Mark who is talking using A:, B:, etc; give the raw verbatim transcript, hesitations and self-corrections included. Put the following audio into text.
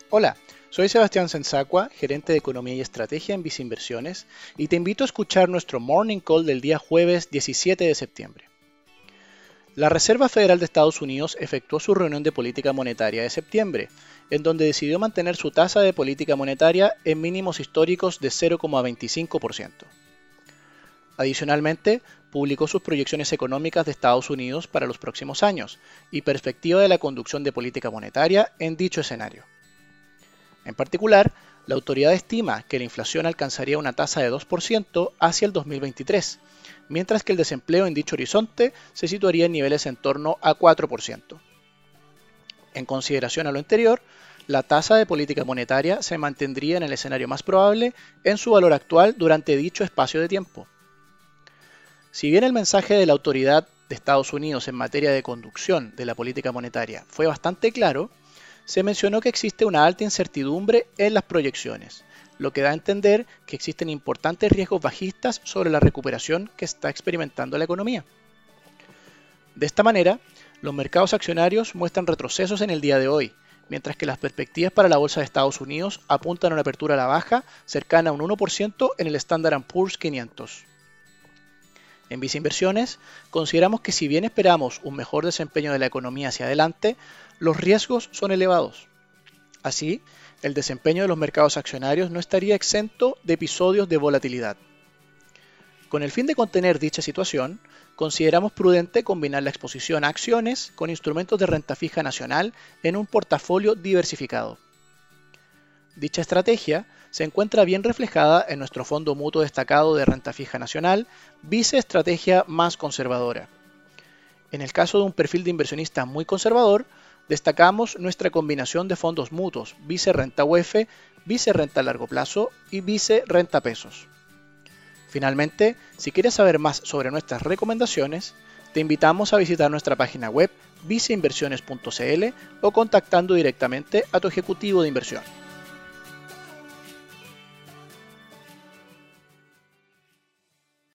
A: Hola, soy Sebastián Sensacua, gerente de Economía y Estrategia en Vice Inversiones, y te invito a escuchar nuestro Morning Call del día jueves diecisiete de septiembre. La Reserva Federal de Estados Unidos efectuó su reunión de política monetaria de septiembre, en donde decidió mantener su tasa de política monetaria en mínimos históricos de cero coma veinticinco por ciento. Adicionalmente, publicó sus proyecciones económicas de Estados Unidos para los próximos años y perspectiva de la conducción de política monetaria en dicho escenario. En particular, la autoridad estima que la inflación alcanzaría una tasa de dos por ciento hacia el dos mil veintitrés, mientras que el desempleo en dicho horizonte se situaría en niveles en torno a cuatro por ciento. En consideración a lo anterior, la tasa de política monetaria se mantendría en el escenario más probable en su valor actual durante dicho espacio de tiempo. Si bien el mensaje de la autoridad de Estados Unidos en materia de conducción de la política monetaria fue bastante claro, se mencionó que existe una alta incertidumbre en las proyecciones, lo que da a entender que existen importantes riesgos bajistas sobre la recuperación que está experimentando la economía. De esta manera, los mercados accionarios muestran retrocesos en el día de hoy, mientras que las perspectivas para la bolsa de Estados Unidos apuntan a una apertura a la baja cercana a un uno por ciento en el Standard and Poor's quinientos. En Vice Inversiones, consideramos que si bien esperamos un mejor desempeño de la economía hacia adelante, los riesgos son elevados. Así, el desempeño de los mercados accionarios no estaría exento de episodios de volatilidad. Con el fin de contener dicha situación, consideramos prudente combinar la exposición a acciones con instrumentos de renta fija nacional en un portafolio diversificado. Dicha estrategia se encuentra bien reflejada en nuestro fondo mutuo destacado de renta fija nacional, Vice Estrategia Más Conservadora. En el caso de un perfil de inversionista muy conservador, destacamos nuestra combinación de fondos mutuos Vice Renta U F, Vice Renta a Largo Plazo y Vice Renta Pesos. Finalmente, si quieres saber más sobre nuestras recomendaciones, te invitamos a visitar nuestra página web viceinversiones punto c l o contactando directamente a tu ejecutivo de inversión.